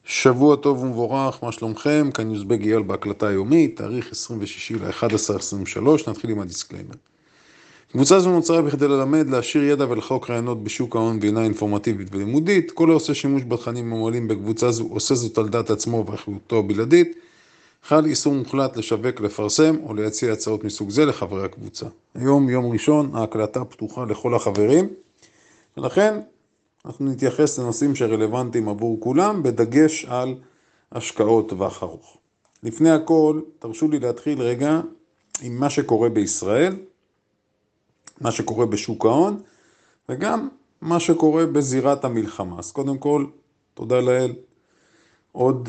שבוע טוב ומבורך, מה שלומכם? כאן יוזבג אייל בהקלטה היומית, תאריך 26/11/23, נתחיל עם הדיסקליימר. קבוצה זו נוצרה בכדי ללמד, להשאיר ידע ולחוק רעיונות בשוק ההון בעינה אינפורמטיבית ולימודית. כל העושה שימוש בתכנים המועלים בקבוצה זו עושה זאת על דעת עצמו ואחריותו הבלעדית. חל איסור מוחלט לשווק, לפרסם או להציע הצעות מסוג זה לחברי הקבוצה. היום, יום ראשון, ההקלטה פתוחה לכל החברים, ולכן אנחנו נתייחס לנושאים שרלוונטיים עבור כולם, בדגש על השקעות טווח ארוך. לפני הכל, תרשו לי להתחיל רגע עם מה שקורה בישראל, מה שקורה בשוק ההון, וגם מה שקורה בזירת המלחמה. אז קודם כל, תודה לאל, עוד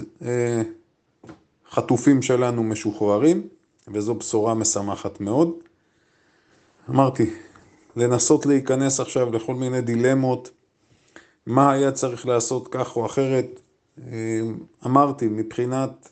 חטופים שלנו משוחררים, וזו בשורה משמחת מאוד. אמרתי, לנסות להיכנס עכשיו לכל מיני דילמות, מה היה צריך לעשות כך או אחרת. אמרתי, מבחינת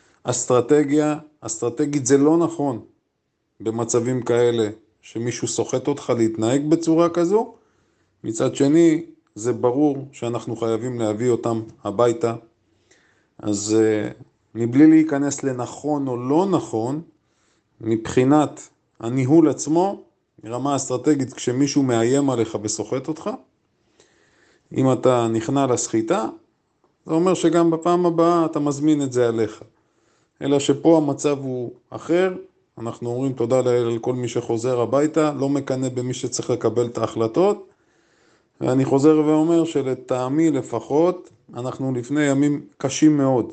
אסטרטגית זה לא נכון במצבים כאלה שמישהו סוחט אותך להתנהג בצורה כזו. מצד שני, זה ברור שאנחנו חייבים להביא אותם הביתה. אז מבלי להיכנס לנכון או לא נכון, מבחינת הניהול עצמו, רמה אסטרטגית, כשמישהו מאיים עליך וסוחט אותך, אם אתה נכנע לסחיטה, זה אומר שגם בפעם הבאה אתה מזמין את זה עליך. אלא שפה המצב הוא אחר, אנחנו אומרים תודה לאל על כל מי שחוזר הביתה, לא מקנא במי שצריך לקבל את ההחלטות, ואני חוזר ואומר שלטעמי לפחות, אנחנו לפני ימים קשים מאוד.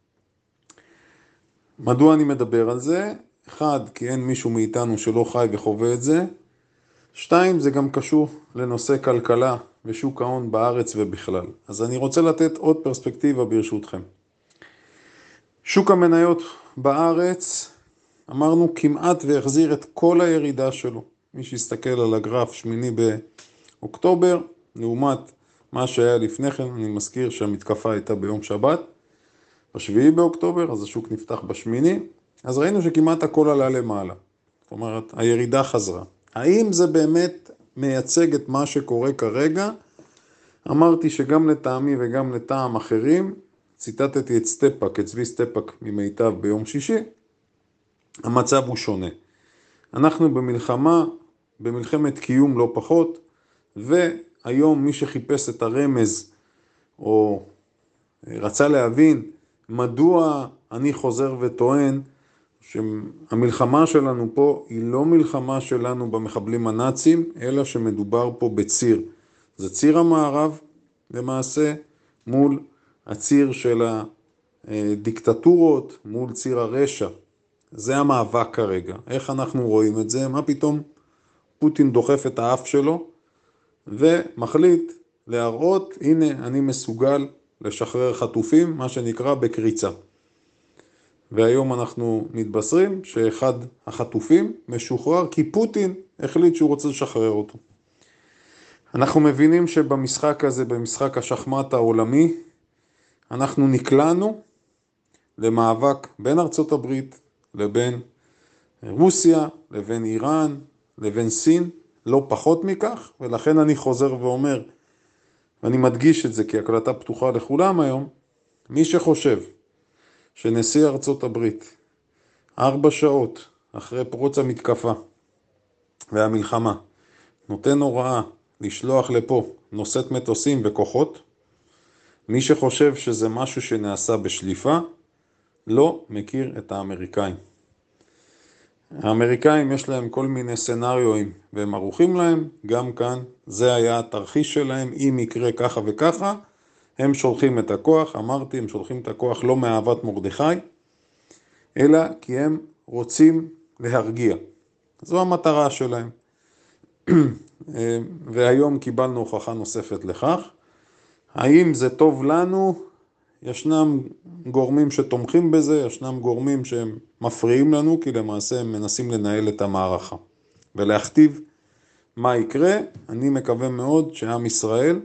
מדוע אני מדבר על זה? אחד, כי אין מישהו מאיתנו שלא חי וחווה את זה. שתיים, זה גם קשור לנושא כלכלה ושוק ההון בארץ ובכלל. אז אני רוצה לתת עוד פרספקטיבה ברשותכם. שוק המניות בארץ, אמרנו, כמעט והחזיר את כל הירידה שלו. מי שיסתכל על הגרף 8 באוקטובר, לעומת מה שהיה לפני כן, אני מזכיר שהמתקפה הייתה ביום שבת, ב7 באוקטובר, אז השוק נפתח ב8, אז ראינו שכמעט הכל עלה למעלה. זאת אומרת, הירידה חזרה. האם זה באמת מייצג את מה שקורה כרגע? אמרתי שגם לטעמי וגם לטעם אחרים, ציטטתי את סטפאק, את צבי סטפאק ממיטב ביום שישי, המצב הוא שונה. אנחנו במלחמת קיום לא פחות, והיום מי שחיפש את הרמז, או רצה להבין מדוע אני חוזר וטוען, שהמלחמה שלנו פה היא לא מלחמה שלנו במחבלים הנאצים, אלא שמדובר פה בציר. זה ציר המערב למעשה מול הציר של הדיקטטורות, מול ציר הרשע. זה המאבק כרגע. איך אנחנו רואים את זה? מה פתאום פוטין דוחף את האף שלו ומחליט להראות, הנה אני מסוגל לשחרר חטופים, מה שנקרא בקריצה. והיום אנחנו מתבשרים שאחד החטופים משוחרר כי פוטין החליט שהוא רוצה לשחרר אותו. אנחנו מבינים שבמשחק הזה, במשחק השחמט העולמי, אנחנו נקלענו למאבק בין ארצות הברית לבין רוסיה, לבין איראן, לבין סין, לא פחות מכך, ולכן אני חוזר ואומר, ואני מדגיש את זה כי הקלטה פתוחה לכולם היום, מי שחושב שנשיא ארצות הברית 4 שעות אחרי פרוץ המתקפה והמלחמה נותן הוראה לשלוח לפה נושאת מטוסים וכוחות, מי שחושב שזה משהו שנעשה בשליפה לא מכיר את האמריקאים. האמריקאים יש להם כל מיני סנריואים והם ערוכים להם, גם כאן זה היה התרחיש שלהם, אם יקרה ככה וככה, הם שולחים את הכוח, אמרתי, הם שולחים את הכוח לא מאהבת מרדכי, אלא כי הם רוצים להרגיע. זו המטרה שלהם. והיום קיבלנו הוכחה נוספת לכך. האם זה טוב לנו? ישנם גורמים שתומכים בזה, ישנם גורמים שהם מפריעים לנו, כי למעשה הם מנסים לנהל את המערכה. ולהכתיב מה יקרה, אני מקווה מאוד שעם ישראל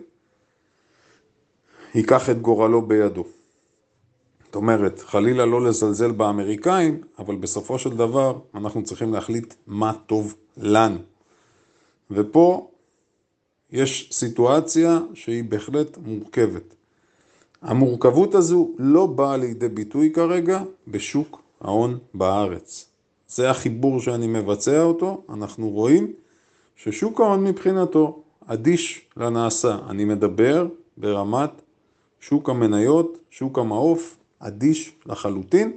ייקח את גורלו בידו. זאת אומרת, חלילה לא לזלזל באמריקאים, אבל בסופו של דבר אנחנו צריכים להחליט מה טוב לנו. ופה יש סיטואציה שהיא בהחלט מורכבת. המורכבות הזו לא באה לידי ביטוי כרגע בשוק ההון בארץ. זה החיבור שאני מבצע אותו. אנחנו רואים ששוק ההון מבחינתו אדיש לנעשה. אני מדבר ברמת שוק המניות, שוק המעוף, אדיש לחלוטין.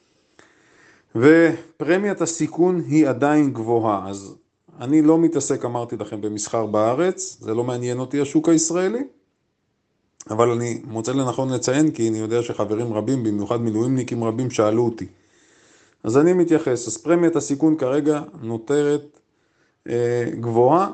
ופרמיית הסיכון היא עדיין גבוהה. אז אני לא מתעסק, אמרתי לכם, במסחר בארץ. זה לא מעניין אותי השוק הישראלי. אבל אני מוצא לנכון לציין, כי אני יודע שחברים רבים, במיוחד מילואימניקים רבים, שאלו אותי. אז אני מתייחס. אז פרמיית הסיכון כרגע נותרת גבוהה,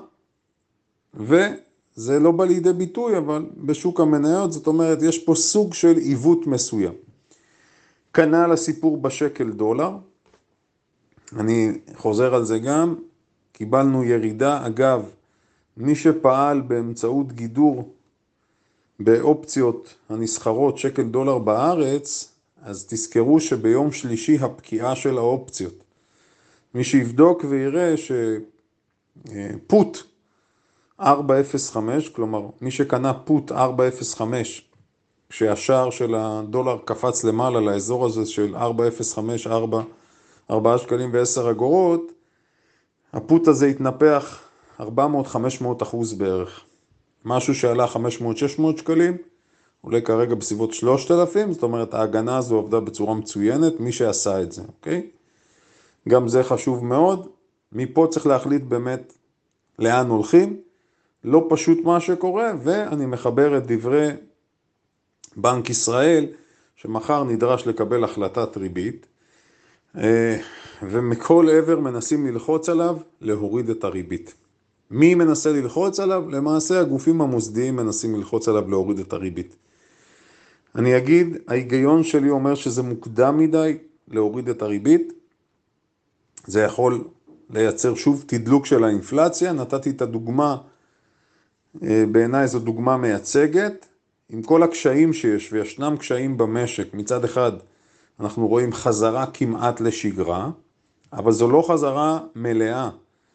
וזה לא בא לידי ביטוי, אבל בשוק המניות, זאת אומרת, יש פה סוג של עיוות מסוים. כנ"ל הסיפור בשקל דולר. אני חוזר על זה גם. קיבלנו ירידה. אגב, מי שפעל באמצעות גידור באופציות הנסחרות שקל דולר בארץ, אז תזכרו שביום שלישי הפקיעה של האופציות. מי שיבדוק ויראה שפוט 4.05, כלומר מי שקנה פוט 4.05, כשהשער של הדולר קפץ למעלה לאזור הזה של 4.05, 4 שקלים ו10 אגורות, הפוט הזה התנפח 400-500% בערך. משהו שעלה 500-600 שקלים, עולה כרגע בסביבות 3,000, זאת אומרת ההגנה הזו עבדה בצורה מצוינת, מי שעשה את זה, אוקיי? גם זה חשוב מאוד. מפה צריך להחליט באמת לאן הולכים, לא פשוט מה שקורה, ואני מחבר את דברי בנק ישראל, שמחר נדרש לקבל החלטת ריבית, ומכל עבר מנסים ללחוץ עליו להוריד את הריבית. מי מנסה ללחוץ עליו? למעשה הגופים המוסדיים מנסים ללחוץ עליו להוריד את הריבית. אני אגיד, ההיגיון שלי אומר שזה מוקדם מדי להוריד את הריבית. זה יכול לייצר שוב תדלוק של האינפלציה. נתתי את הדוגמה, בעיניי זו דוגמה מייצגת, עם כל הקשיים שיש, וישנם קשיים במשק. מצד אחד אנחנו רואים חזרה כמעט לשגרה, אבל זו לא חזרה מלאה.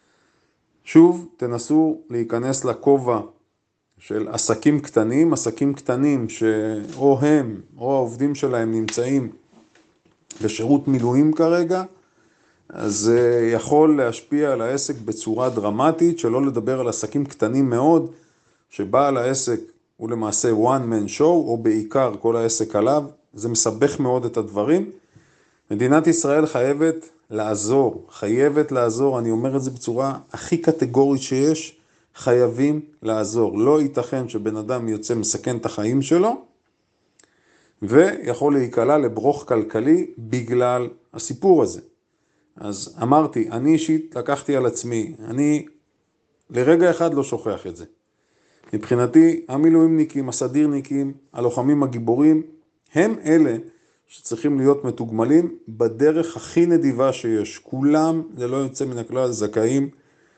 שוב, תנסו להיכנס לכובע של עסקים קטנים שאו הם או העובדים שלהם נמצאים בשירות מילואים כרגע, אז זה יכול להשפיע על העסק בצורה דרמטית, שלא לדבר על עסקים קטנים מאוד, שבעל העסק הוא למעשה one man show, או בעיקר כל העסק עליו. זה מסבך מאוד את הדברים. מדינת ישראל חייבת לעזור, אני אומר את זה בצורה הכי קטגורית שיש, חייבים לעזור. לא ייתכן שבן אדם יוצא מסכן את החיים שלו, ויכול להיקלע לברוך כלכלי בגלל הסיפור הזה. אז אמרתי, אני אישית לקחתי על עצמי, אני לרגע אחד לא שוכח את זה. מבחינתי, המילואימניקים, הסדירניקים, הלוחמים הגיבורים, הם אלה שצריכים להיות מתוגמלים בדרך הכי נדיבה שיש. כולם, ללא יוצא מן הכלל, זכאים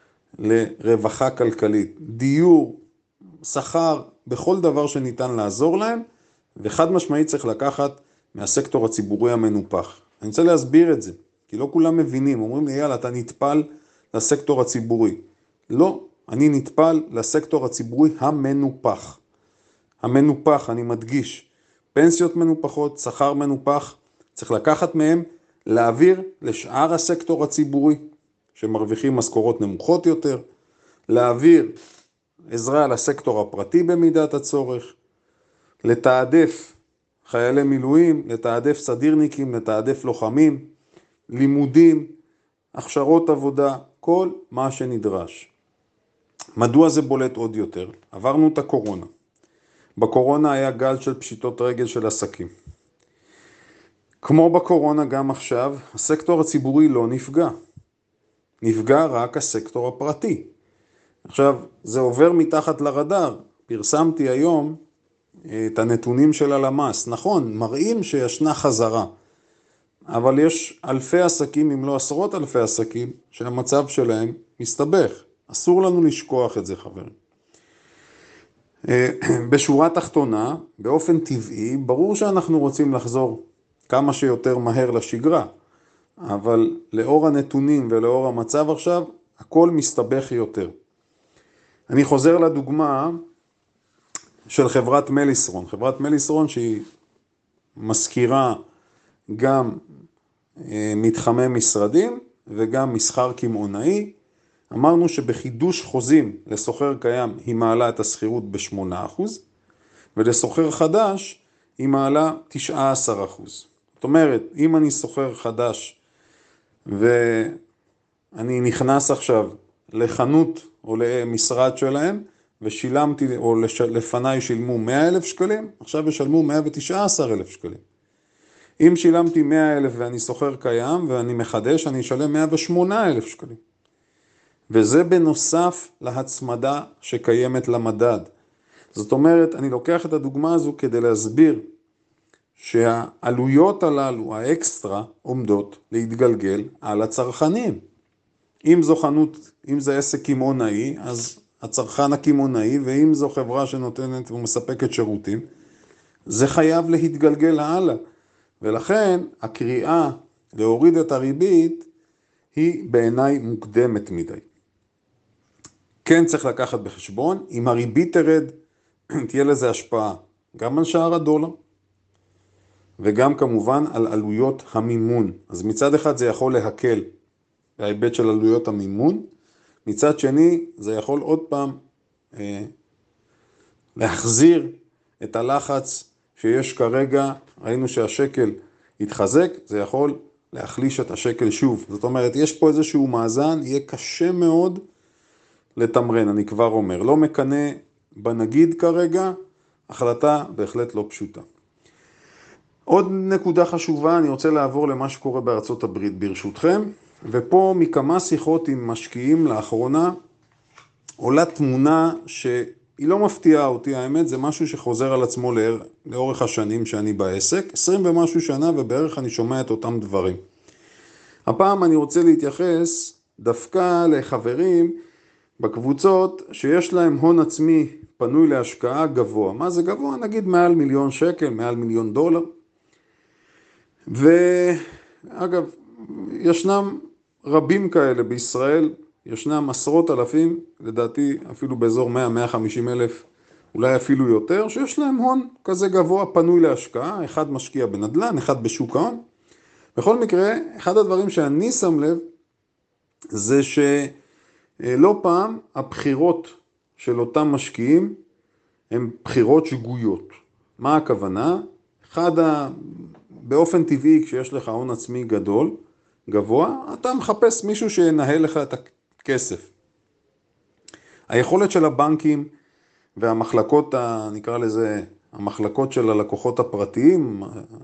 לרווחה כלכלית. דיור, שכר, בכל דבר שניתן לעזור להם, וחד משמעית צריך לקחת מהסקטור הציבורי המנופח. אני רוצה להסביר את זה, כי לא כולם מבינים. אומרים לי, יאללה, אתה נטפל לסקטור הציבורי. לא, אני נטפל לסקטור הציבורי המנופח. המנופח, אני מדגיש. פנסיות מנופחות, שכר מנופח, צריך לקחת מהם, להעביר לשאר הסקטור הציבורי, שמרוויחים משכורות נמוכות יותר, להעביר עזרה לסקטור הפרטי במידת הצורך, לתעדף חיילי מילואים, לתעדף סדירניקים, לתעדף לוחמים, לימודים, הכשרות עבודה, כל מה שנדרש. מדוע זה בולט עוד יותר? עברנו את הקורונה. בקורונה היה גל של פשיטות רגל של עסקים. כמו בקורונה גם עכשיו, הסקטור הציבורי לא נפגע. נפגע רק הסקטור הפרטי. עכשיו, זה עובר מתחת לרדאר. פרסמתי היום את הנתונים של הלמ"ס. נכון, מראים שישנה חזרה. אבל יש אלפי עסקים, אם לא עשרות אלפי עסקים, שהמצב שלהם מסתבך. אסור לנו לשכוח את זה, חברים. בשורה תחתונה, באופן טבעי, ברור שאנחנו רוצים לחזור כמה שיותר מהר לשגרה, אבל לאור הנתונים ולאור המצב עכשיו, הכל מסתבך יותר. אני חוזר לדוגמה של חברת מליסרון. חברת מליסרון שהיא מזכירה גם מתחמי משרדים וגם מסחר קמעונאי. אמרנו שבחידוש חוזים לסוחר קיים היא מעלה את השכירות ב8%, ולסוחר חדש היא מעלה 19%. זאת אומרת, אם אני סוחר חדש ואני נכנס עכשיו לחנות או למשרד שלהם, ושילמתי, או לפניי שילמו 100,000 שקלים, עכשיו ישלמו 119,000 שקלים. אם שילמתי 100,000 ואני סוחר קיים ואני מחדש, אני אשלם 108,000 שקלים. וזה בנוסף להצמדה שקיימת למדד. זאת אומרת, אני לוקח את הדוגמה הזו כדי להסביר שהעלויות הללו, האקסטרה, עומדות להתגלגל על הצרכנים. אם זו חנות, אם זה עסק קמעונאי, אז הצרכן הקמעונאי, ואם זו חברה שנותנת ומספקת שירותים, זה חייב להתגלגל הלאה. ולכן הקריאה להוריד את הריבית היא בעיניי מוקדמת מדי. כן צריך לקחת בחשבון, אם הריבית תרד, תהיה לזה השפעה גם על שער הדולר, וגם כמובן על עלויות המימון. אז מצד אחד זה יכול להקל בהיבט של עלויות המימון, מצד שני זה יכול עוד פעם להחזיר את הלחץ שיש כרגע. ראינו שהשקל התחזק, זה יכול להחליש את השקל שוב. זאת אומרת, יש פה איזשהו מאזן, יהיה קשה מאוד לתמרן, אני כבר אומר. לא מקנה בנגיד כרגע, החלטה בהחלט לא פשוטה. עוד נקודה חשובה, אני רוצה לעבור למה שקורה בארצות הברית ברשותכם, ופה מכמה שיחות עם משקיעים לאחרונה, עולה תמונה שהיא לא מפתיעה אותי, האמת זה משהו שחוזר על עצמו לאורך השנים שאני בעסק, 20 ומשהו שנה ובערך אני שומע את אותם דברים. הפעם אני רוצה להתייחס דווקא לחברים בקבוצות שיש להם הון עצמי פנוי להשקעה גבוה. מה זה גבוה? נגיד מעל 1,000,000 שקל, מעל $1,000,000. ואגב, ישנם רבים כאלה בישראל, ישנם עשרות אלפים, לדעתי אפילו באזור 100-150 אלף, אולי אפילו יותר, שיש להם הון כזה גבוה פנוי להשקעה, אחד משקיע בנדל"ן, אחד בשוק ההון. בכל מקרה, אחד הדברים שאני שם לב, זה שלא פעם הבחירות של אותם משקיעים, הן בחירות שגויות. מה הכוונה? באופן טבעי, כשיש לך הון עצמי גדול, גבוה, אתה מחפש מישהו שינהל לך את הכסף. היכולת של הבנקים והמחלקות, נקרא לזה, המחלקות של הלקוחות הפרטיים,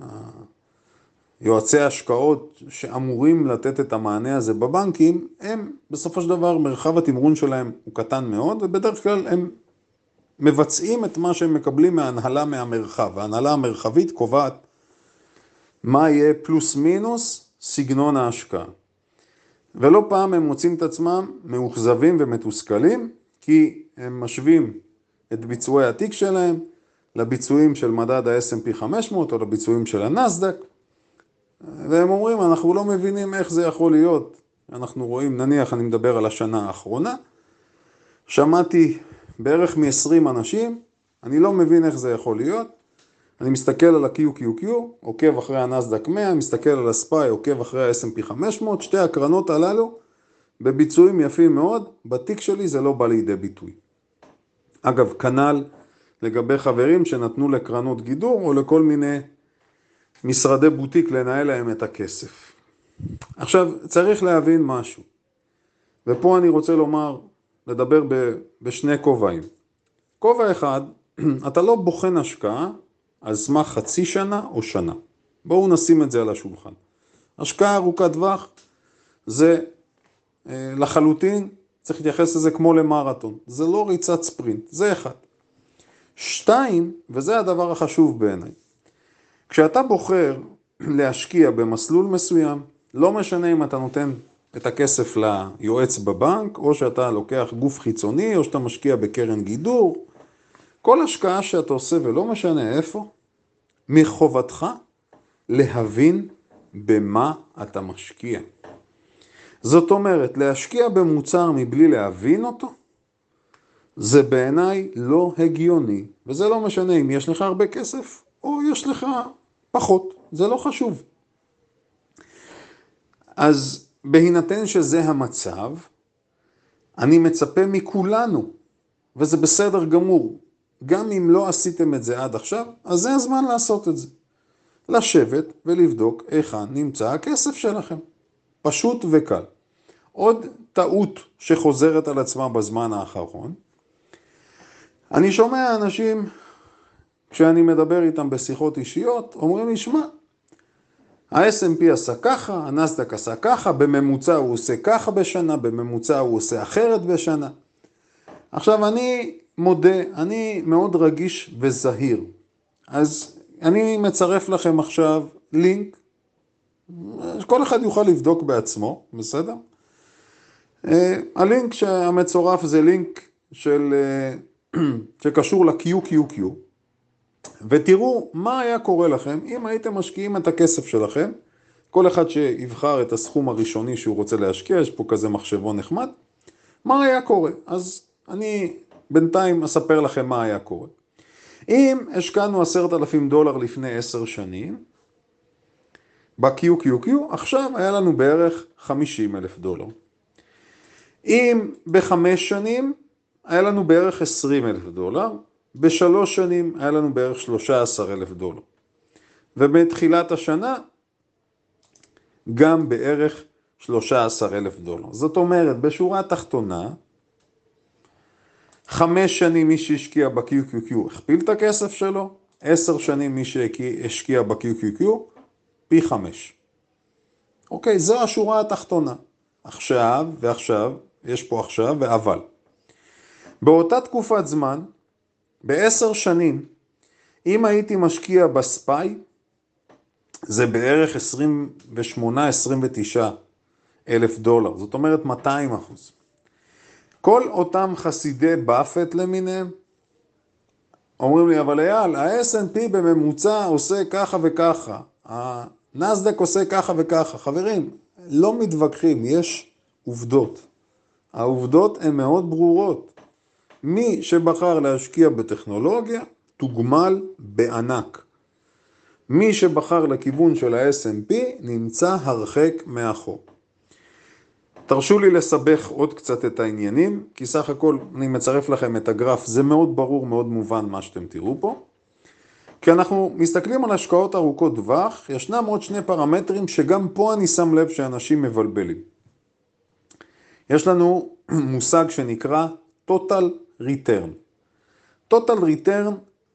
יועצי השקעות שאמורים לתת את המענה הזה בבנקים, הם בסופו של דבר, מרחב התמרון שלהם הוא קטן מאוד, ובדרך כלל הם מבצעים את מה שהם מקבלים מההנהלה מהמרחב. ההנהלה המרחבית קובעת מה יהיה פלוס מינוס סגנון ההשקעה. ולא פעם הם מוצאים את עצמם מאוכזבים ומתוסכלים, כי הם משווים את ביצועי התיק שלהם לביצועים של מדד ה-S&P 500 או לביצועים של הנסדק, והם אומרים, אנחנו לא מבינים איך זה יכול להיות. אנחנו רואים, נניח אני מדבר על השנה האחרונה, שמעתי בערך מ-20 אנשים, אני לא מבין איך זה יכול להיות, אני מסתכל על ה-QQQ, עוקב אחרי הנסדק 100, מסתכל על הספיי, עוקב אחרי ה-S&P 500, שתי הקרנות הללו, בביצועים יפים מאוד, בתיק שלי זה לא בא לידי ביטוי. אגב, כנ"ל לגבי חברים שנתנו לקרנות גידור, או לכל מיני משרדי בוטיק לנהל להם את הכסף. עכשיו, צריך להבין משהו, ופה אני רוצה לדבר בשני כובעים. כובע אחד, אתה לא בוחן השקעה על סמך חצי שנה או שנה. בואו נשים את זה על השולחן. השקעה ארוכת טווח זה לחלוטין, צריך להתייחס לזה כמו למרתון. זה לא ריצת ספרינט, זה אחד. 2, וזה הדבר החשוב בעיניי. כשאתה בוחר להשקיע במסלול מסוים, לא משנה אם אתה נותן את הכסף ליועץ בבנק, או שאתה לוקח גוף חיצוני, או שאתה משקיע בקרן גידור, כל השקעה שאתה עושה, ולא משנה איפה, מחובתך להבין במה אתה משקיע. זאת אומרת, להשקיע במוצר מבלי להבין אותו, זה בעיניי לא הגיוני, וזה לא משנה אם יש לך הרבה כסף או יש לך פחות, זה לא חשוב. אז בהינתן שזה המצב, אני מצפה מכולנו, וזה בסדר גמור, גם אם לא עשיתם את זה עד עכשיו, אז זה הזמן לעשות את זה. לשבת ולבדוק היכן נמצא הכסף שלכם. פשוט וקל. עוד טעות שחוזרת על עצמה בזמן האחרון, אני שומע אנשים, כשאני מדבר איתם בשיחות אישיות, אומרים לי, שמע, ה-S&P עשה ככה, הנסדק עשה ככה, בממוצע הוא עושה ככה בשנה, בממוצע הוא עושה אחרת בשנה. עכשיו אני מודה, אני מאוד רגיש וזהיר. אז אני מצרף לכם עכשיו לינק, כל אחד יוכל לבדוק בעצמו, בסדר? הלינק שהמצורף זה לינק שקשור ל-QQQ, ותראו מה היה קורה לכם אם הייתם משקיעים את הכסף שלכם, כל אחד שיבחר את הסכום הראשוני שהוא רוצה להשקיע, יש פה כזה מחשבון נחמד, מה היה קורה? אז אני בינתיים אספר לכם מה היה קורה. אם השקענו $10,000 לפני 10 שנים, ב-QQQ, עכשיו היה לנו בערך $50,000. אם ב5 שנים, היה לנו בערך $20,000, ב3 שנים היה לנו בערך $13,000. ובתחילת השנה, גם בערך $13,000. זאת אומרת, בשורה התחתונה, 5 שנים מי שהשקיע ב-QQQ הכפיל את הכסף שלו, 10 שנים מי שהשקיע ב-QQQ, פי 5. אוקיי, זו השורה התחתונה. עכשיו, יש פה עכשיו ואבל. באותה תקופת זמן, ב10 שנים, אם הייתי משקיע בספיי, זה בערך $28,000-29,000. זאת אומרת 200%. כל אותם חסידי באפט למיניהם, אומרים לי, אבל אייל, ה-S&P בממוצע עושה ככה וככה, הנסדק עושה ככה וככה. חברים, לא מתווכחים, יש עובדות. העובדות הן מאוד ברורות. מי שבחר להשקיע בטכנולוגיה, תוגמל בענק. מי שבחר לכיוון של ה-S&P, נמצא הרחק מאחור. תרשו לי לסבך עוד קצת את העניינים, כי סך הכל אני מצרף לכם את הגרף, זה מאוד ברור, מאוד מובן מה שאתם תראו פה. כי אנחנו מסתכלים על השקעות ארוכות טווח, ישנם עוד 2 פרמטרים שגם פה אני שם לב שאנשים מבלבלים. יש לנו מושג שנקרא total return. total return,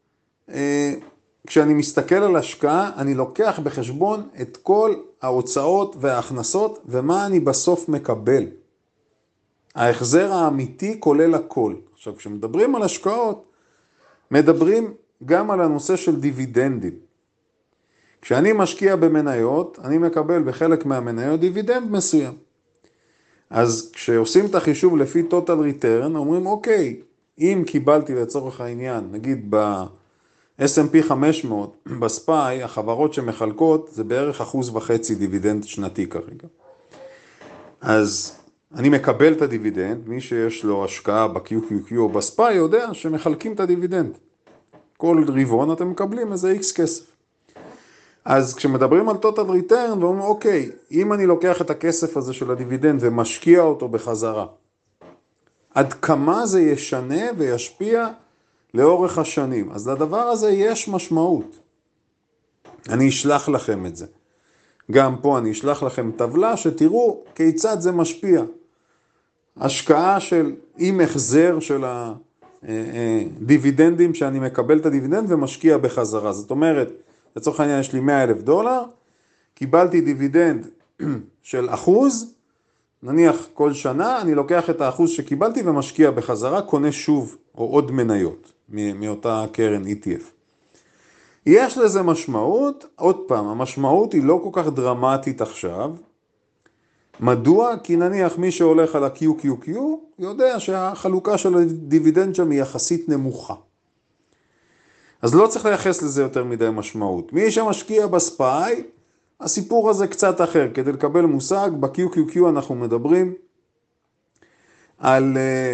כשאני מסתכל על השקעה, אני לוקח בחשבון את כל ההוצאות וההכנסות, ומה אני בסוף מקבל. ההחזר האמיתי כולל הכל. עכשיו, כשמדברים על השקעות, מדברים גם על הנושא של דיבידנדים. כשאני משקיע במניות, אני מקבל בחלק מהמניות דיבידנד מסוים. אז כשעושים את החישוב לפי total return, אומרים, אוקיי, אם קיבלתי לצורך העניין, נגיד ב-S&P 500, בספיי, החברות שמחלקות, זה בערך 1.5% דיבידנד שנתי כרגע. אז אני מקבל את הדיבידנד, מי שיש לו השקעה ב-QQQ או בספיי יודע שמחלקים את הדיבידנד. כל רבעון אתם מקבלים איזה X כסף. אז כשמדברים על total return, ואומרים, אוקיי, אם אני לוקח את הכסף הזה של הדיבידנד ומשקיע אותו בחזרה, עד כמה זה ישנה וישפיע לאורך השנים? אז לדבר הזה יש משמעות. אני אשלח לכם את זה. גם פה אני אשלח לכם טבלה שתראו כיצד זה משפיע. השקעה עם החזר של הדיבידנדים, שאני מקבל את הדיבידנד ומשקיע בחזרה. זאת אומרת, לצורך העניין יש לי $100,000, קיבלתי דיבידנד של 1%, נניח כל שנה, אני לוקח את האחוז שקיבלתי ומשקיע בחזרה, קונה שוב או עוד מניות מאותה קרן ETF. יש לזה משמעות, עוד פעם, המשמעות היא לא כל כך דרמטית עכשיו. מדוע? כי נניח מי שהולך על ה-QQQ יודע שהחלוקה של הדיבידנד שם היא יחסית נמוכה. אז לא צריך לייחס לזה יותר מדי משמעות. מי שמשקיע בספיי, הסיפור הזה קצת אחר. כדי לקבל מושג, ב-QQQ אנחנו מדברים על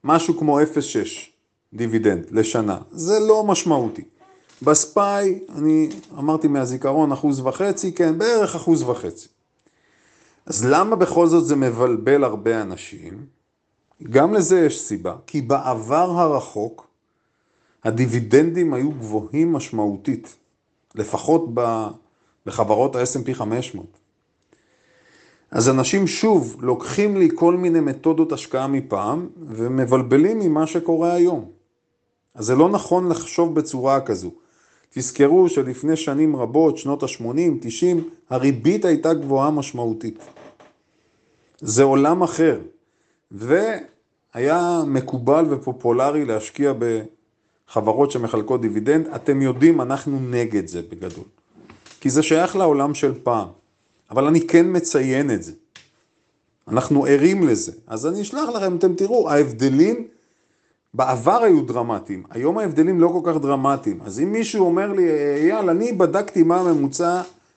משהו כמו 0.6 דיבידנד לשנה. זה לא משמעותי. בספיי, אני אמרתי מהזיכרון 1.5%, כן, בערך 1.5%. אז למה בכל זאת זה מבלבל הרבה אנשים? גם לזה יש סיבה, כי בעבר הרחוק, הדיבידנדים היו גבוהים משמעותית, לפחות בחברות ה-S&P 500. אז אנשים שוב לוקחים לי כל מיני מתודות השקעה מפעם, ומבלבלים ממה שקורה היום. אז זה לא נכון לחשוב בצורה כזו. תזכרו שלפני שנים רבות, שנות ה-80, 90, הריבית הייתה גבוהה משמעותית. זה עולם אחר. והיה מקובל ופופולרי להשקיע בחברות שמחלקות דיבידנד. אתם יודעים, אנחנו נגד זה בגדול. כי זה שייך לעולם של פעם. אבל אני כן מציין את זה. אנחנו ערים לזה. אז אני אשלח לכם, אתם תראו, ההבדלים בעבר היו דרמטיים. היום ההבדלים לא כל כך דרמטיים. אז אם מישהו אומר לי, יאללה, אני בדקתי מה הממוצע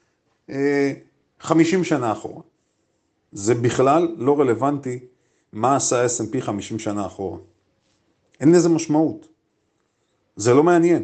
50 שנה אחורה. זה בכלל לא רלוונטי מה עשה S&P 50 שנה אחורה. אין לזה משמעות. זה לא מעניין.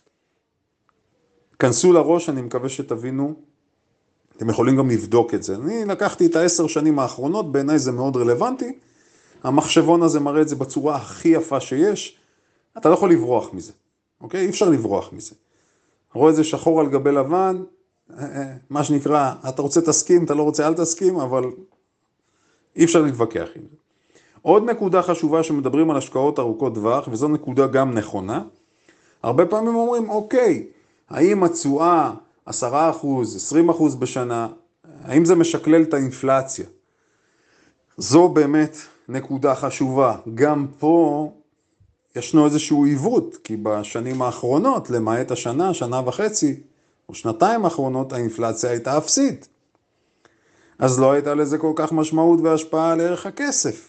כנסו לראש, אני מקווה שתבינו. אתם יכולים גם לבדוק את זה. אני לקחתי את 10 שנים האחרונות, בעיניי זה מאוד רלוונטי. המחשבון הזה מראה את זה בצורה הכי יפה שיש. אתה לא יכול לברוח מזה. אוקיי? אי אפשר לברוח מזה. רואה את זה שחור על גבי לבן, מה שנקרא, אתה רוצה תסכים, אתה לא רוצה אל תסכים, אבל אי אפשר להתווכח עם זה. עוד נקודה חשובה שמדברים על השקעות ארוכות טווח, וזו נקודה גם נכונה. הרבה פעמים אומרים, אוקיי, האם התשואה 10%, 20% בשנה, האם זה משקלל את האינפלציה? זו באמת נקודה חשובה. גם פה ישנו איזשהו עיוות, כי בשנים האחרונות, למעט השנה, שנה וחצי, או שנתיים האחרונות, האינפלציה הייתה אפסית. אז לא הייתה לזה כל כך משמעות והשפעה על ערך הכסף.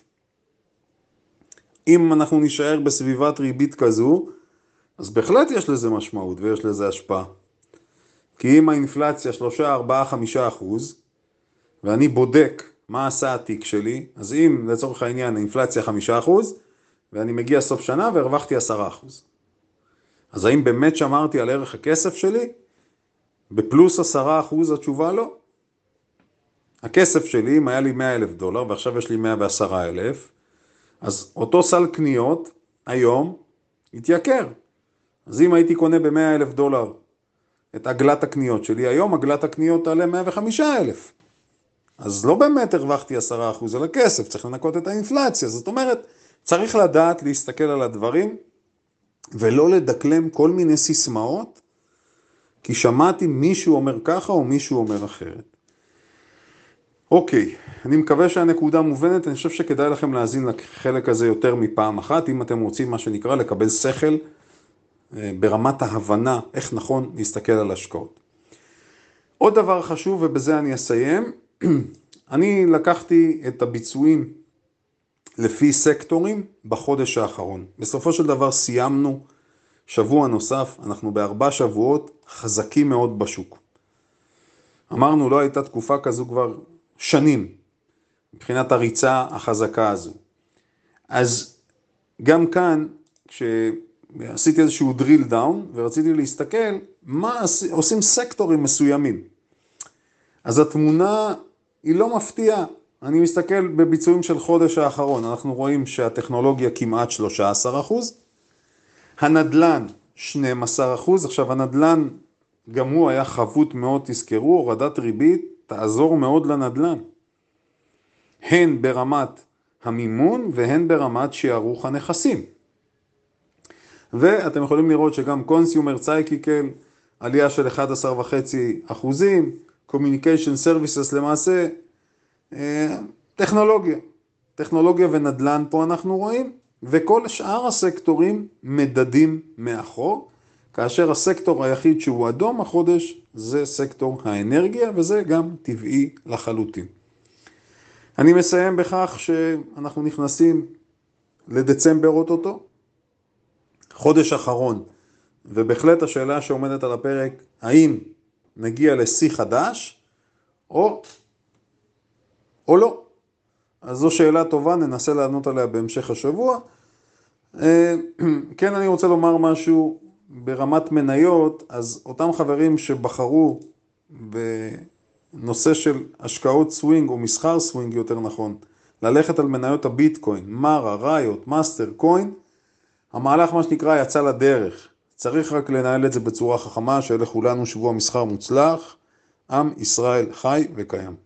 אם אנחנו נשאר בסביבת ריבית כזו, אז בהחלט יש לזה משמעות ויש לזה השפעה. כי אם האינפלציה 3, 4, 5%, ואני בודק מה עשה התיק שלי, אז אם לצורך העניין האינפלציה 5%, ואני מגיע סוף שנה והרווחתי 10%. אז האם באמת שמרתי על ערך הכסף שלי? בפלוס 10% התשובה לא. הכסף שלי, אם היה לי $100,000 ועכשיו יש לי 110,000, אז אותו סל קניות היום יתייקר. אז אם הייתי קונה ב$100,000 את עגלת הקניות שלי, היום עגלת הקניות תעלה 105,000. אז לא באמת הרווחתי 10% על הכסף, צריך לנקות את האינפלציה. זאת אומרת, צריך לדעת להסתכל על הדברים, ולא לדקלם כל מיני סיסמאות, כי שמעתי מישהו אומר ככה או מישהו אומר אחרת. אוקיי, אני מקווה שהנקודה מובנת, אני חושב שכדאי לכם להאזין לחלק הזה יותר מפעם אחת, אם אתם רוצים מה שנקרא לקבל שכל, ברמת ההבנה איך נכון להסתכל על השקעות. עוד דבר חשוב, ובזה אני אסיים, אני לקחתי את הביצועים לפי סקטורים בחודש האחרון. בסופו של דבר סיימנו שבוע נוסף, אנחנו ב4 שבועות חזקים מאוד בשוק. אמרנו, לא הייתה תקופה כזו כבר שנים, מבחינת הריצה החזקה הזו. אז גם כאן, כשעשיתי איזשהו drill down, ורציתי להסתכל מה עושים סקטורים מסוימים. אז התמונה היא לא מפתיעה. אני מסתכל בביצועים של חודש האחרון, אנחנו רואים שהטכנולוגיה כמעט 13%, הנדלן 12%, עכשיו הנדלן גם הוא היה חבוט מאוד, תזכרו, הורדת ריבית תעזור מאוד לנדלן, הן ברמת המימון והן ברמת שערוך הנכסים. ואתם יכולים לראות שגם Consumer Cyclical, עלייה של 11.5%, Communication Services למעשה, טכנולוגיה ונדלן פה אנחנו רואים, וכל שאר הסקטורים מדדים מאחור, כאשר הסקטור היחיד שהוא אדום החודש זה סקטור האנרגיה, וזה גם טבעי לחלוטין. אני מסיים בכך שאנחנו נכנסים לדצמבר אוטוטו, חודש אחרון, ובהחלט השאלה שעומדת על הפרק, האם נגיע לשיא חדש או לא? אז זו שאלה טובה, ננסה לענות עליה בהמשך השבוע. כן, אני רוצה לומר משהו ברמת מניות. אז אותם חברים שבחרו בנושא של השקעות סווינג או מסחר סווינג יותר נכון, ללכת על מניות הביטקוין, מרה, ראיות, מאסטר, קוין, המהלך מה שנקרא יצא לדרך. צריך רק לנהל את זה בצורה חכמה. שיהיה לכולנו שבוע מסחר מוצלח. עם ישראל חי וקיים.